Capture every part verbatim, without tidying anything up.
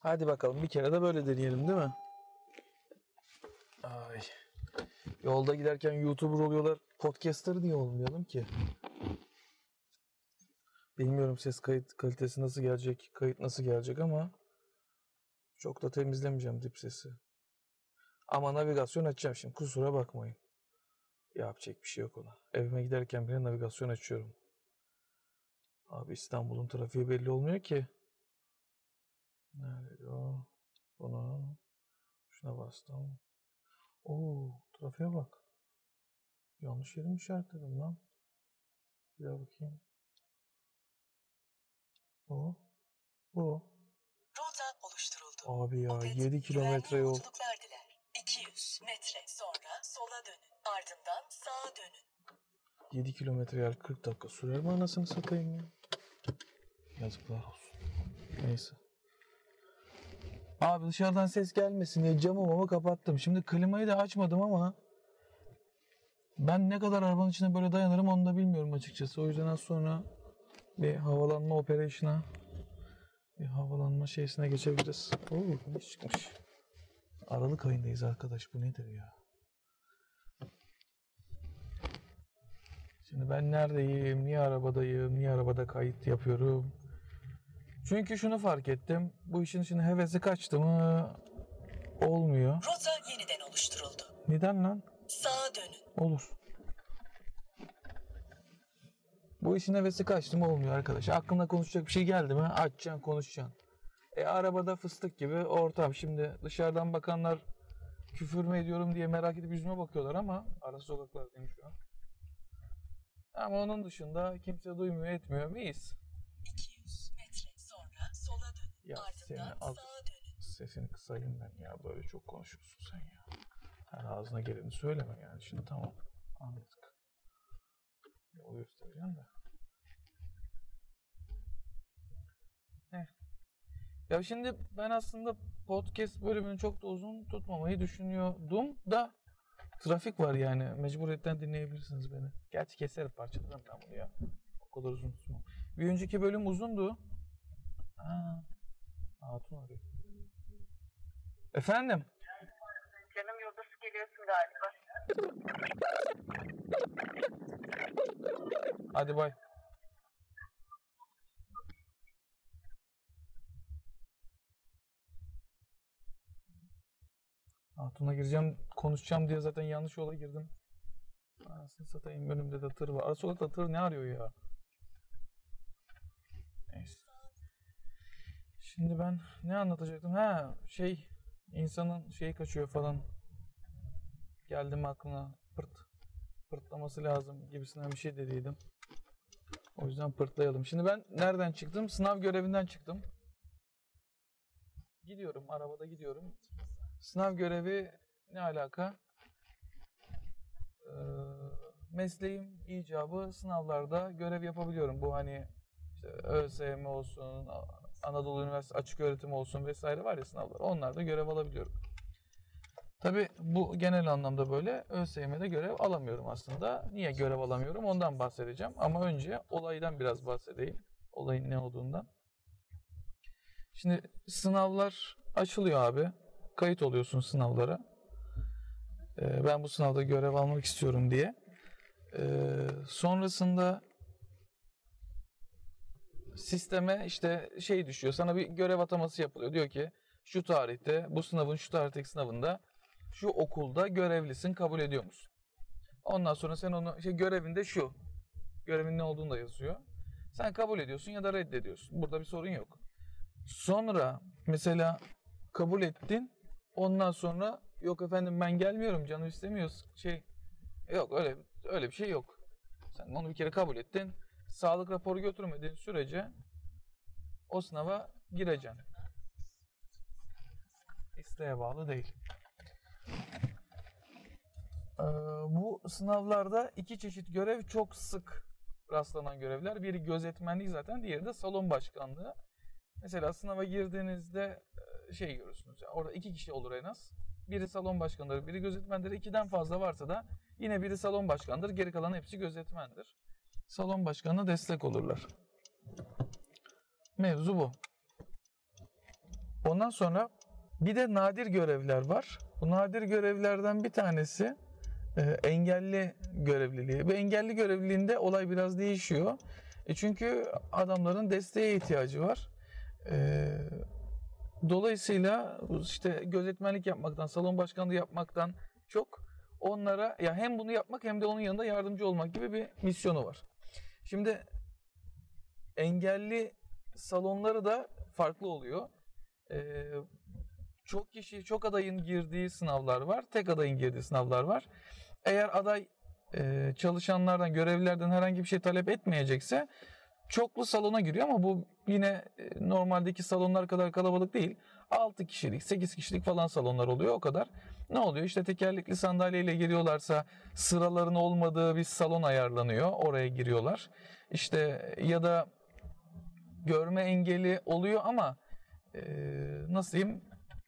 Hadi bakalım bir kere de böyle deneyelim değil mi? Ay. Yolda giderken YouTuber oluyorlar. Podcaster niye olmayalım ki? Bilmiyorum ses kayıt kalitesi nasıl gelecek, kayıt nasıl gelecek ama çok da temizlemeyeceğim dip sesi. Ama navigasyon açacağım şimdi. Kusura bakmayın. Yapacak bir şey yok ona. Evime giderken bile navigasyon açıyorum. Abi İstanbul'un trafiği belli olmuyor ki. Nerede o? Bunu. Şuna bastım. Oo, trafiğe bak. Yanlış yerimi işaretledim lan. Bir daha bakayım. Bu. Bu. Rota oluşturuldu. Abi ya Opet, yedi kilometre yol. yolculuklar diler. iki yüz metre sonra sola dönün. Ardından sağa dönün. yedi kilometre yer kırk dakika sürer mi anasını satayım ya? Yazıklar olsun. Neyse. Abi dışarıdan ses gelmesin diye camımı kapattım. Şimdi klimayı da açmadım ama ben ne kadar arabanın içine böyle dayanırım onu da bilmiyorum açıkçası. O yüzden az sonra bir havalanma operasyona, bir havalanma şeysine geçebiliriz. Oo, ne çıkmış. Aralık ayındayız arkadaş. Bu nedir ya? Şimdi ben neredeyim? Niye arabadayım? Niye arabada kayıt yapıyorum? Çünkü şunu fark ettim. Bu işin içine hevesi kaçtı mı olmuyor. Rota yeniden oluşturuldu. Neden lan? Sağa dönün. Olur. Bu işin hevesi kaçtı mı olmuyor arkadaş. Aklına konuşacak bir şey geldi mi açacaksın konuşacaksın. E arabada fıstık gibi ortam. Şimdi dışarıdan bakanlar küfür mü ediyorum diye merak edip yüzüme bakıyorlar ama ara sokaklardayım şu an. Ama onun dışında kimse duymuyor etmiyor miyiz? iki yüz metre sonra sola dönün. Ya seni Ardından az sağa dönün. sesini kısayım ben ya böyle çok konuşuyorsun sen ya. Her ağzına geleni söyleme yani şimdi tamam anladık. Yolu göstereceğim de. Heh. Ya şimdi ben aslında podcast bölümünü çok da uzun tutmamayı düşünüyordum da trafik var yani mecburiyetten dinleyebilirsiniz beni. Gerçi keserim parçalarım ben bunu ya. O kadar uzun tutmam. Bir önceki bölüm uzundu. Aa, Hatun arıyor. Efendim? Canım yıldız geliyorsun galiba. Hadi bay. Hatun'a gireceğim, konuşacağım diye zaten yanlış yola girdim. Anasını satayım önümde de tır var. Ara sokakta tır ne arıyor ya? Neyse. Şimdi ben ne anlatacaktım? Ha şey insanın şeyi kaçıyor falan. Geldi mi aklına pırt pırtlaması lazım gibisinden bir şey dediydim. O yüzden pırtlayalım. Şimdi ben nereden çıktım? Sınav görevinden çıktım. Gidiyorum arabada gidiyorum. Sınav görevi ne alaka? Ee, mesleğim icabı sınavlarda görev yapabiliyorum. Bu hani işte ÖSYM olsun, Anadolu Üniversitesi açık öğretim olsun vesaire var ya sınavlar. Onlarda görev alabiliyorum. Tabii bu genel anlamda böyle. ÖSYM'de görev alamıyorum aslında. Niye görev alamıyorum ondan bahsedeceğim. Ama önce olaydan biraz bahsedeyim. Olayın ne olduğundan. Şimdi sınavlar açılıyor abi. Kayıt oluyorsun sınavlara. Ee, ben bu sınavda görev almak istiyorum diye. Ee, sonrasında sisteme işte şey düşüyor. Sana bir görev ataması yapılıyor. Diyor ki şu tarihte bu sınavın şu tarihteki sınavında şu okulda görevlisin kabul ediyor musun? Ondan sonra sen onu işte görevinde şu. Görevin ne olduğunu da yazıyor. Sen kabul ediyorsun ya da reddediyorsun. Burada bir sorun yok. Sonra mesela kabul ettin. Ondan sonra yok efendim ben gelmiyorum canım istemiyoruz. Şey yok öyle öyle bir şey yok. Sen onu bir kere kabul ettin. Sağlık raporu götürmediğin sürece o sınava gireceksin. İsteğe bağlı değil. Ee, bu sınavlarda iki çeşit görev çok sık rastlanan görevler. Biri gözetmenlik zaten, diğeri de salon başkanlığı. Mesela sınava girdiğinizde şey görürsünüz. Yani orada iki kişi olur en az. Biri salon başkanları, biri gözetmenleri. İkiden fazla varsa da yine biri salon başkanıdır. Geri kalan hepsi gözetmendir. Salon başkanına destek olurlar. Mevzu bu. Ondan sonra bir de nadir görevler var. Bu nadir görevlerden bir tanesi e, engelli görevliliği. Bu engelli görevliliğinde olay biraz değişiyor. E çünkü adamların desteğe ihtiyacı var. E, dolayısıyla işte gözetmenlik yapmaktan, salon başkanlığı yapmaktan çok onlara ya hem bunu yapmak hem de onun yanında yardımcı olmak gibi bir misyonu var. Şimdi engelli salonları da farklı oluyor. Ee, çok kişi, çok adayın girdiği sınavlar var. Tek adayın girdiği sınavlar var. Eğer aday e, çalışanlardan, görevlilerden herhangi bir şey talep etmeyecekse çoklu salona giriyor ama bu yine e, normaldeki salonlar kadar kalabalık değil. altı kişilik, sekiz kişilik falan salonlar oluyor o kadar. Ne oluyor? İşte tekerlekli sandalyeyle giriyorlarsa sıraların olmadığı bir salon ayarlanıyor. Oraya giriyorlar. İşte ya da görme engeli oluyor ama e, nasıl diyeyim?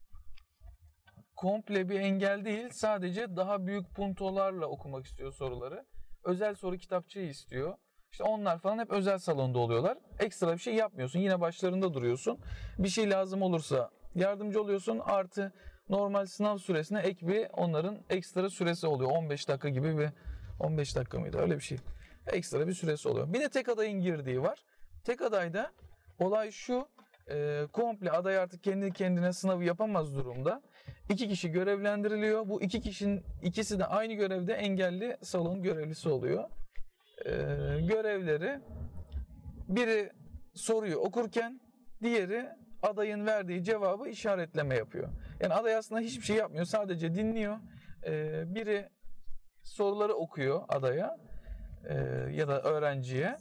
Komple bir engel değil. Sadece daha büyük puntolarla okumak istiyor soruları. Özel soru kitapçığı istiyor. İşte onlar falan hep özel salonda oluyorlar. Ekstra bir şey yapmıyorsun. Yine başlarında duruyorsun. Bir şey lazım olursa yardımcı oluyorsun. Artı normal sınav süresine ek bir onların ekstra süresi oluyor. on beş dakika gibi bir on beş dakika mıydı? Öyle bir şey. Ekstra bir süresi oluyor. Bir de tek adayın girdiği var. Tek adayda olay şu. E, komple aday artık kendi kendine sınavı yapamaz durumda. İki kişi görevlendiriliyor. Bu iki kişinin ikisi de aynı görevde engelli salon görevlisi oluyor. E, görevleri biri soruyu okurken diğeri adayın verdiği cevabı işaretleme yapıyor. Yani aday aslında hiçbir şey yapmıyor. Sadece dinliyor. E, biri soruları okuyor adaya e, ya da öğrenciye.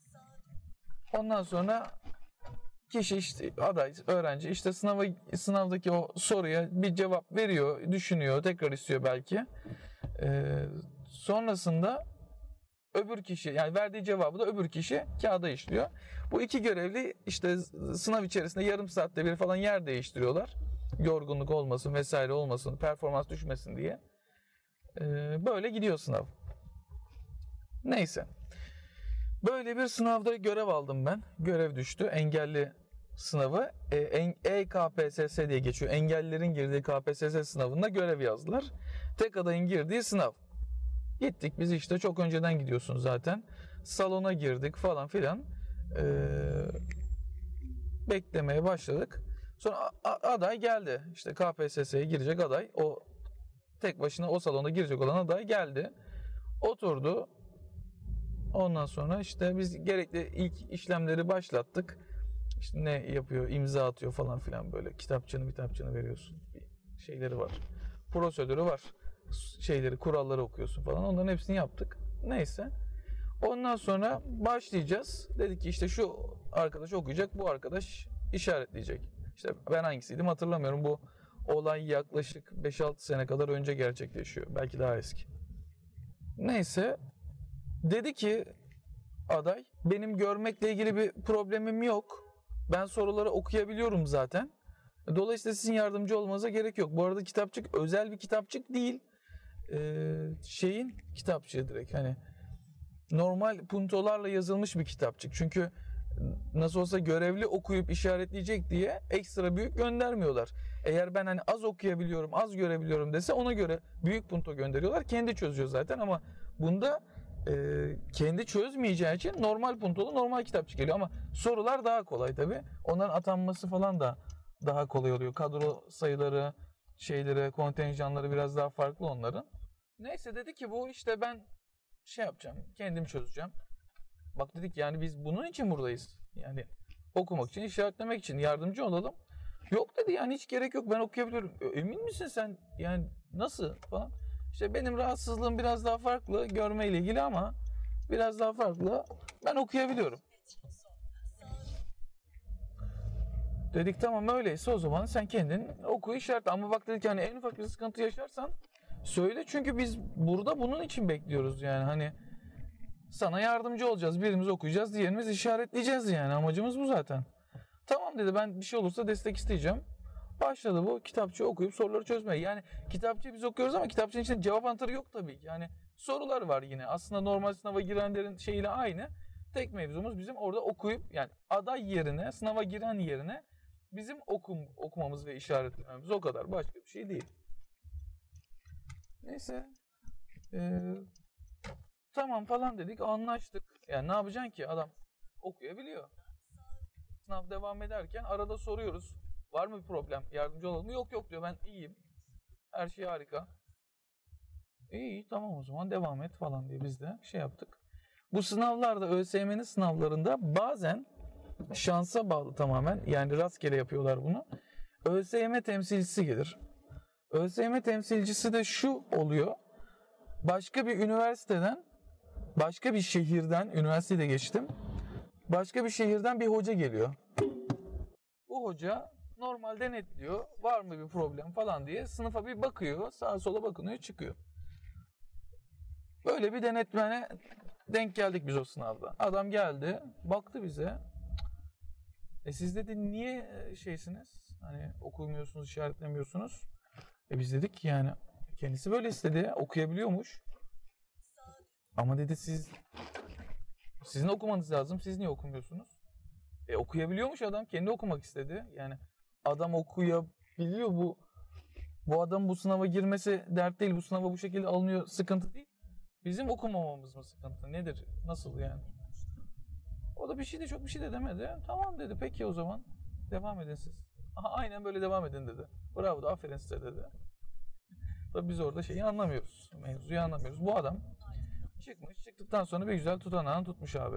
Ondan sonra kişi işte aday, öğrenci işte sınava sınavdaki o soruya bir cevap veriyor, düşünüyor, tekrar istiyor belki. Ee, sonrasında öbür kişi yani verdiği cevabı da öbür kişi kağıda işliyor. Bu iki görevli işte sınav içerisinde yarım saatte bir falan yer değiştiriyorlar. Yorgunluk olmasın vesaire olmasın, performans düşmesin diye. Ee, böyle gidiyor sınav. Neyse. Böyle bir sınavda görev aldım ben. Görev düştü. Engelli sınavı. E K P S S diye geçiyor. Engellilerin girdiği K P S S sınavında görev yazdılar. Tek adayın girdiği sınav. Gittik biz işte çok önceden gidiyorsun zaten. Salona girdik falan filan. Ee, beklemeye başladık. Sonra aday geldi. İşte K P S S'ye girecek aday. O tek başına o salona girecek olan aday geldi. Oturdu. Ondan sonra işte biz gerekli ilk işlemleri başlattık. İşte ne yapıyor, imza atıyor falan filan böyle. Kitapçığını kitapçığını veriyorsun. Bir şeyleri var. Prosedürü var. Şeyleri, kuralları okuyorsun falan. Onların hepsini yaptık. Neyse. Ondan sonra başlayacağız. Dedik ki işte şu arkadaş okuyacak, bu arkadaş işaretleyecek. İşte ben hangisiydim hatırlamıyorum. Bu olay yaklaşık beş altı sene kadar önce gerçekleşiyor. Belki daha eski. Neyse. Dedi ki aday, benim görmekle ilgili bir problemim yok. Ben soruları okuyabiliyorum zaten. Dolayısıyla sizin yardımcı olmanıza gerek yok. Bu arada kitapçık özel bir kitapçık değil. Ee, şeyin kitapçığı direkt hani normal puntolarla yazılmış bir kitapçık. Çünkü nasıl olsa görevli okuyup işaretleyecek diye ekstra büyük göndermiyorlar. Eğer ben hani az okuyabiliyorum, az görebiliyorum dese ona göre büyük punto gönderiyorlar. Kendi çözüyor zaten ama bunda e, kendi çözmeyeceği için normal puntolu normal kitapçık geliyor. Ama sorular daha kolay tabii. Onların atanması falan da daha kolay oluyor. Kadro sayıları, şeyleri, kontenjanları biraz daha farklı onların. Neyse dedi ki bu işte ben şey yapacağım, kendim çözeceğim. Bak dedik yani biz bunun için buradayız. Yani okumak için, işaretlemek için yardımcı olalım. Yok dedi yani hiç gerek yok ben okuyabiliyorum. Emin misin sen? Yani nasıl falan. İşte benim rahatsızlığım biraz daha farklı. Görmeyle ilgili ama biraz daha farklı. Ben okuyabiliyorum. Dedik tamam öyleyse o zaman sen kendin oku işaretle. Ama bak dedik yani en ufak bir sıkıntı yaşarsan söyle. Çünkü biz burada bunun için bekliyoruz yani hani sana yardımcı olacağız. Birimiz okuyacağız, diğerimiz işaretleyeceğiz yani. Amacımız bu zaten. Tamam dedi ben bir şey olursa destek isteyeceğim. Başladı bu kitapçı okuyup soruları çözmeye. Yani kitapçıyı biz okuyoruz ama kitapçının içinde cevap anahtarı yok tabii ki. Yani sorular var yine. Aslında normal sınava girenlerin şeyiyle aynı. Tek mevzumuz bizim orada okuyup yani aday yerine, sınava giren yerine Bizim okum, okumamız ve işaretlememiz o kadar. Başka bir şey değil. Neyse. Ee, tamam falan dedik. Anlaştık. Yani ne yapacaksın ki? Adam okuyabiliyor. Sınav devam ederken arada soruyoruz. Var mı bir problem? Yardımcı olalım mı? Yok yok diyor. Ben iyiyim. Her şey harika. İyi, iyi tamam o zaman devam et falan diye biz de şey yaptık. Bu sınavlarda ÖSYM'nin sınavlarında bazen şansa bağlı tamamen. Yani rastgele yapıyorlar bunu. ÖSYM temsilcisi gelir. ÖSYM temsilcisi de şu oluyor. Başka bir üniversiteden, başka bir şehirden, üniversiteyi de geçtim. Başka bir şehirden bir hoca geliyor. Bu hoca normal denetliyor. Var mı bir problem falan diye sınıfa bir bakıyor. Sağa sola bakınıyor, çıkıyor. Böyle bir denetmene denk geldik biz o sınavda. Adam geldi, baktı bize. E siz dedi niye şeysiniz? Hani okumuyorsunuz, işaretlemiyorsunuz. E biz dedik ki yani kendisi böyle istedi, okuyabiliyormuş. Ama dedi siz sizin okumanız lazım. Siz niye okumuyorsunuz? E okuyabiliyormuş adam, kendi okumak istedi. Yani adam okuyabiliyor, bu bu adam bu sınava girmesi dert değil. Bu sınava bu şekilde alınıyor, sıkıntı değil. Bizim okumamamız mı sıkıntı? Nedir? Nasıl yani? O da bir şey de çok bir şey de demedi. Tamam dedi. Peki o zaman devam edin siz. Aha, aynen böyle devam edin dedi. Bravo da aferin size dedi. Tabii biz orada şeyi anlamıyoruz. Mevzuyu anlamıyoruz. Bu adam çıkmış. Çıktıktan sonra bir güzel tutanağını tutmuş abi.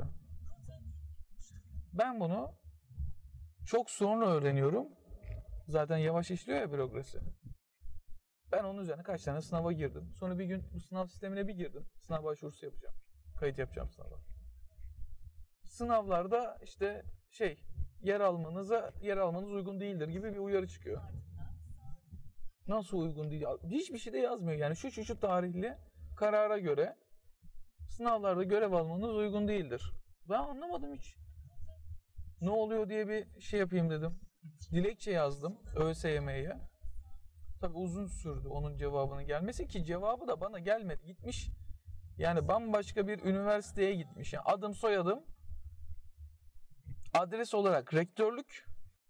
Ben bunu çok sonra öğreniyorum. Zaten yavaş işliyor ya bürokrasi. Ben onun üzerine kaç tane sınava girdim. Sonra bir gün bu sınav sistemine bir girdim. Sınav başvurusu yapacağım. Kayıt yapacağım sınava. Sınavlarda işte şey yer almanıza yer almanız uygun değildir gibi bir uyarı çıkıyor. Nasıl uygun değil? Hiçbir şey de yazmıyor. Yani şu şu şu tarihli karara göre sınavlarda görev almanız uygun değildir. Ben anlamadım hiç. Ne oluyor diye bir şey yapayım dedim. Dilekçe yazdım ÖSYM'ye. Tabii uzun sürdü onun cevabının gelmesi ki cevabı da bana gelmedi. Gitmiş yani bambaşka bir üniversiteye gitmiş. Yani adım soyadım adres olarak rektörlük,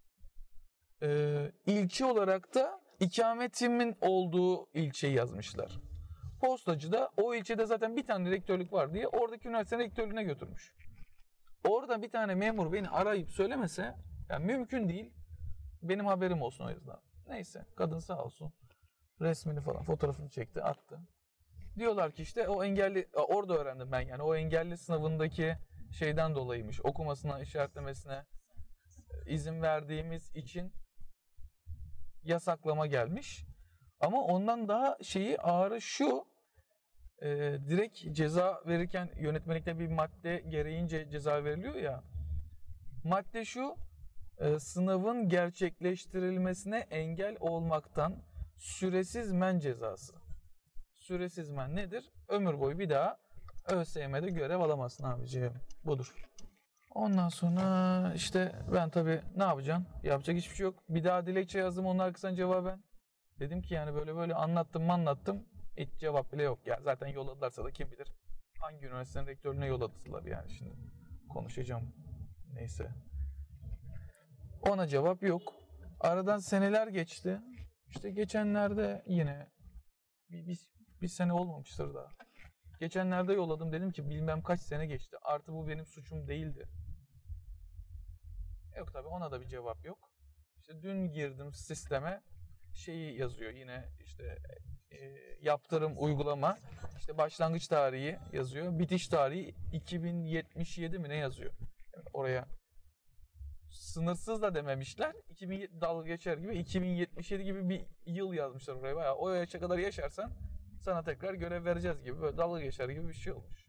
e, ilçe olarak da ikametimin olduğu ilçeyi yazmışlar. Postacı da o ilçede zaten bir tane rektörlük var diye oradaki üniversitenin rektörlüğüne götürmüş. Orada bir tane memur beni arayıp söylemese yani mümkün değil. Benim haberim olsun o yüzden. Neyse kadın sağ olsun resmini falan fotoğrafını çekti attı. Diyorlar ki işte o engelli orada öğrendim ben yani o engelli sınavındaki şeyden dolayıymış okumasına işaretlemesine izin verdiğimiz için yasaklama gelmiş. Ama ondan daha şeyi ağırı şu e, direkt ceza verirken yönetmelikte bir madde gereğince ceza veriliyor ya. Madde şu e, sınavın gerçekleştirilmesine engel olmaktan süresiz men cezası. Süresiz men nedir? Ömür boyu bir daha ÖSYM'de görev alamazsın abiciğim. Budur. Ondan sonra işte ben tabii ne yapacağım? Yapacak hiçbir şey yok. Bir daha dilekçe yazdım onun arkasından cevaben. Dedim ki yani böyle böyle anlattım anlattım. Hiç cevap bile yok. Ya zaten yolladılarsa da kim bilir hangi üniversitenin rektörlüğüne yolladılar yani şimdi. Konuşacağım. Neyse. Ona cevap yok. Aradan seneler geçti. İşte geçenlerde yine bir, bir, bir sene olmamıştır daha. Geçenlerde yolladım dedim ki bilmem kaç sene geçti. Artı bu benim suçum değildi. Yok tabii ona da bir cevap yok. İşte dün girdim sisteme şeyi yazıyor yine işte e, yaptırım uygulama işte başlangıç tarihi yazıyor. Bitiş tarihi iki bin yetmiş yedi mi ne yazıyor? Yani oraya sınırsız da dememişler. iki bin dalga geçer gibi iki bin yetmiş yedi gibi bir yıl yazmışlar oraya. Bayağı o yaşa kadar yaşarsan sana tekrar görev vereceğiz gibi böyle dalga geçer gibi bir şey olmuş.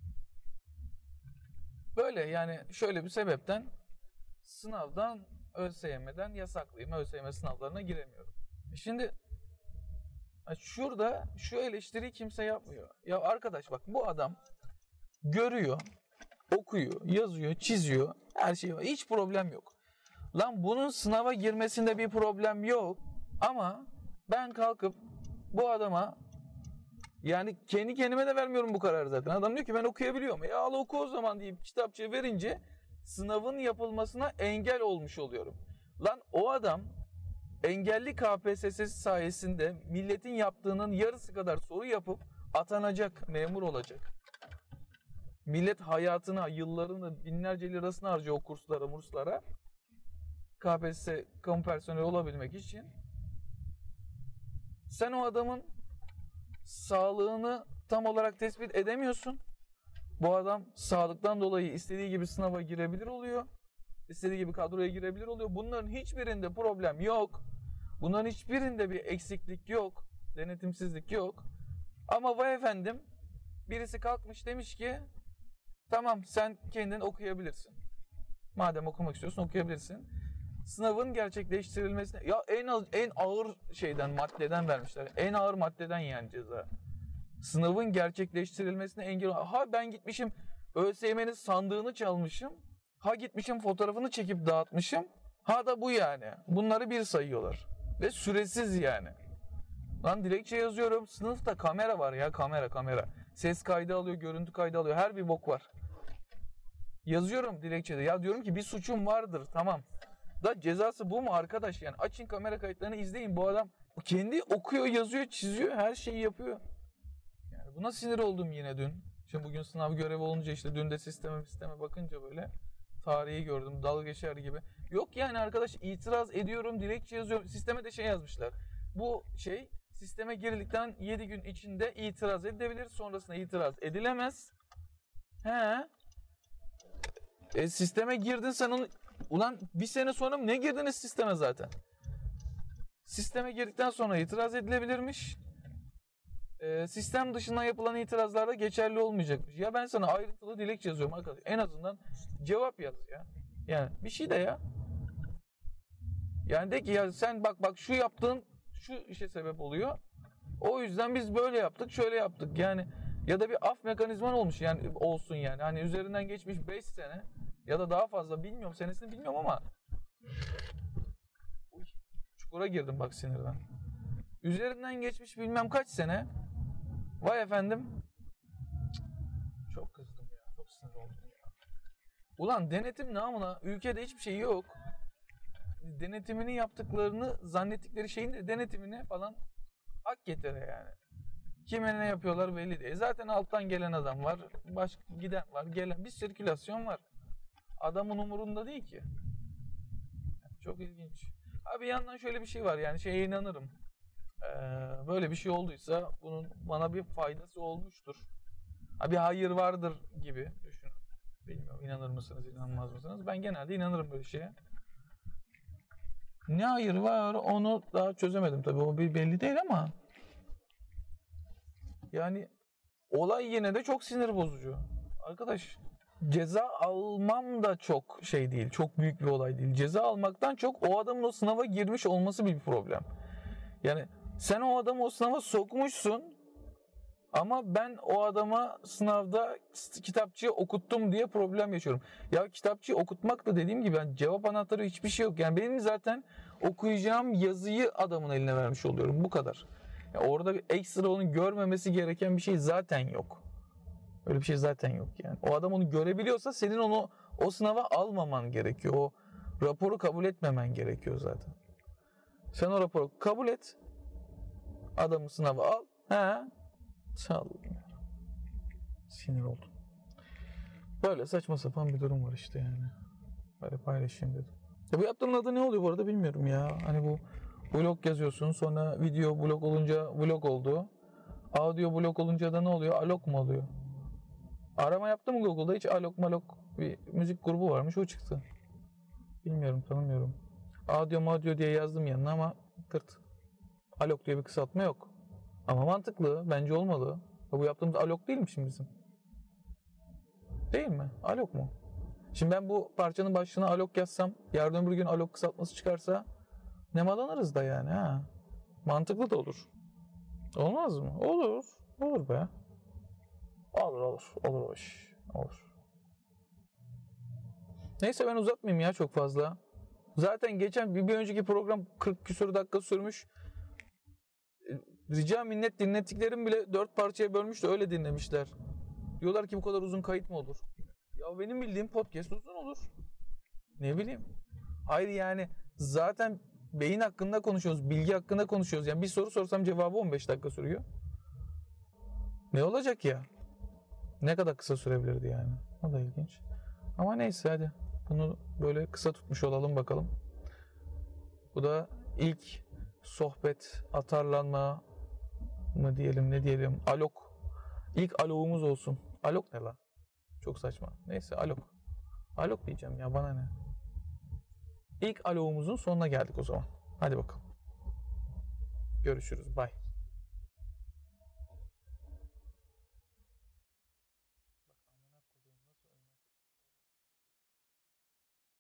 Böyle yani şöyle bir sebepten sınavdan ÖSYM'den yasaklıyım. ÖSYM sınavlarına giremiyorum. Şimdi şurada şu eleştiriyi kimse yapmıyor. Ya arkadaş bak bu adam görüyor, okuyor, yazıyor, çiziyor. Her şey var. Hiç problem yok. Lan bunun sınava girmesinde bir problem yok. Ama ben kalkıp bu adama yani kendi kendime de vermiyorum bu kararı zaten. Adam diyor ki ben okuyabiliyorum. E al oku o zaman deyip kitapçığı verince sınavın yapılmasına engel olmuş oluyorum. Lan o adam engelli K P S S'si sayesinde milletin yaptığının yarısı kadar soru yapıp atanacak, memur olacak. Millet hayatına, yıllarını, binlerce lirasını harcıyor o kurslara, murslara. K P S S kamu personeli olabilmek için. Sen o adamın sağlığını tam olarak tespit edemiyorsun. Bu adam sağlıktan dolayı istediği gibi sınava girebilir oluyor. İstediği gibi kadroya girebilir oluyor. Bunların hiçbirinde problem yok. Bunların hiçbirinde bir eksiklik yok. Denetimsizlik yok. Ama vay efendim, birisi kalkmış demiş ki tamam sen kendin okuyabilirsin. Madem okumak istiyorsun okuyabilirsin. Sınavın gerçekleştirilmesine ya en az en ağır şeyden maddeden vermişler. En ağır maddeden yani ceza. Sınavın gerçekleştirilmesine engel. Ha ben gitmişim ÖSYM'nin sandığını çalmışım. Ha gitmişim fotoğrafını çekip dağıtmışım. Ha da bu yani. Bunları bir sayıyorlar. Ve süresiz yani. Lan dilekçe yazıyorum. Sınıfta kamera var ya, kamera kamera. Ses kaydı alıyor, görüntü kaydı alıyor. Her bir bok var. Yazıyorum dilekçede. Ya diyorum ki bir suçum vardır. Tamam. Da cezası bu mu arkadaş yani? Açın kamera kayıtlarını izleyin. Bu adam kendi okuyor, yazıyor, çiziyor. Her şeyi yapıyor. Yani buna sinir oldum yine dün. Şimdi bugün sınav görevi olunca işte dün de sisteme sisteme bakınca böyle tarihi gördüm. Dalga geçer gibi. Yok yani arkadaş, itiraz ediyorum, dilekçe yazıyorum. Sisteme de şey yazmışlar. Bu şey sisteme girdikten yedi gün içinde itiraz edilebilir. Sonrasında itiraz edilemez. He. E, sisteme girdin sen onu. Ulan bir sene sonra mı ne girdiniz sisteme zaten? Sisteme girdikten sonra itiraz edilebilirmiş. E, sistem dışından yapılan itirazlar da geçerli olmayacakmış. Ya ben sana ayrıntılı dilekçe yazıyorum arkadaş. En azından cevap yaz ya. Yani bir şey de ya. Yani de ki ya sen bak bak şu yaptığın şu işe sebep oluyor. O yüzden biz böyle yaptık, şöyle yaptık. Yani ya da bir af mekanizman olmuş yani olsun yani. Hani üzerinden geçmiş beş sene ya da daha fazla, bilmiyorum senesini bilmiyorum ama Uy, çukura girdim bak sinirden. Üzerinden geçmiş bilmem kaç sene. Vay efendim. Çok kızdım ya. Çok sinir oldum ya. Ulan denetim namına ülkede hiçbir şey yok. Denetimini yaptıklarını zannettikleri şeyin de denetimine falan hak getire yani. Kime ne yapıyorlar belli değil. Zaten alttan gelen adam var. Baş giden var. Gelen bir sirkülasyon var. Adamın umurunda değil ki. Çok ilginç. Abi bir yandan şöyle bir şey var yani şeye inanırım. Ee, böyle bir şey olduysa bunun bana bir faydası olmuştur. Ha, bir hayır vardır gibi düşünün. Bilmiyorum inanır mısınız inanmaz mısınız? Ben genelde inanırım böyle şeye. Ne hayır var onu daha çözemedim tabii. O bir belli değil ama yani olay yine de çok sinir bozucu. Arkadaş ceza almam da çok şey değil. Çok büyük bir olay değil. Ceza almaktan çok o adamın o sınava girmiş olması bir problem. Yani sen o adamı o sınava sokmuşsun ama ben o adama sınavda kitapçıyı okuttum diye problem yaşıyorum. Ya kitapçıyı okutmak da dediğim gibi yani cevap anahtarı hiçbir şey yok. Yani benim zaten okuyacağım yazıyı adamın eline vermiş oluyorum. Bu kadar. Yani orada bir ekstra onun görmemesi gereken bir şey zaten yok. Öyle bir şey zaten yok yani. O adam onu görebiliyorsa senin onu o sınava almaman gerekiyor. O raporu kabul etmemen gerekiyor zaten. Sen o raporu kabul et. Adamı sınava al. He. Sağ olun. Sinir oldum. Böyle saçma sapan bir durum var işte yani. Böyle paylaşayım dedim. Ya bu yaptığımın adı ne oluyor bu arada bilmiyorum ya. Hani bu blog yazıyorsun sonra video blog olunca vlog oldu. Audio blog olunca da ne oluyor? Alog mu oluyor? Arama yaptım Google'da hiç alog malog bir müzik grubu varmış o çıktı. Bilmiyorum tanımıyorum. Audio audio diye yazdım yanına ama tırt. Alog diye bir kısaltma yok. Ama mantıklı. Bence olmalı. Bu yaptığımız alog değil mi şimdi bizim? Değil mi? Alog mu? Şimdi ben bu parçanın başlığına alog yazsam, yarın öbür gün alog kısaltması çıkarsa nemalanırız da yani ha. Mantıklı da olur. Olmaz mı? Olur. Olur be. Olur olur. Olur o iş. Olur. Neyse ben uzatmayayım ya çok fazla. Zaten geçen bir, bir önceki program kırk küsur dakika sürmüş. Rica minnet dinlettiklerim bile dört parçaya bölmüş de öyle dinlemişler. Diyorlar ki bu kadar uzun kayıt mı olur? Ya benim bildiğim podcast uzun olur. Ne bileyim. Hayır yani zaten beyin hakkında konuşuyoruz, bilgi hakkında konuşuyoruz. Yani bir soru sorsam cevabı on beş dakika sürüyor. Ne olacak ya? Ne kadar kısa sürebilirdi yani? O da ilginç. Ama neyse hadi. Bunu böyle kısa tutmuş olalım bakalım. Bu da ilk sohbet, atarlanma mı diyelim, ne diyelim? Alok. İlk alogumuz olsun. Alok ne la? Çok saçma. Neyse alok. Alok diyeceğim ya, bana ne? İlk alogumuzun sonuna geldik o zaman. Hadi bakalım. Görüşürüz. Bye.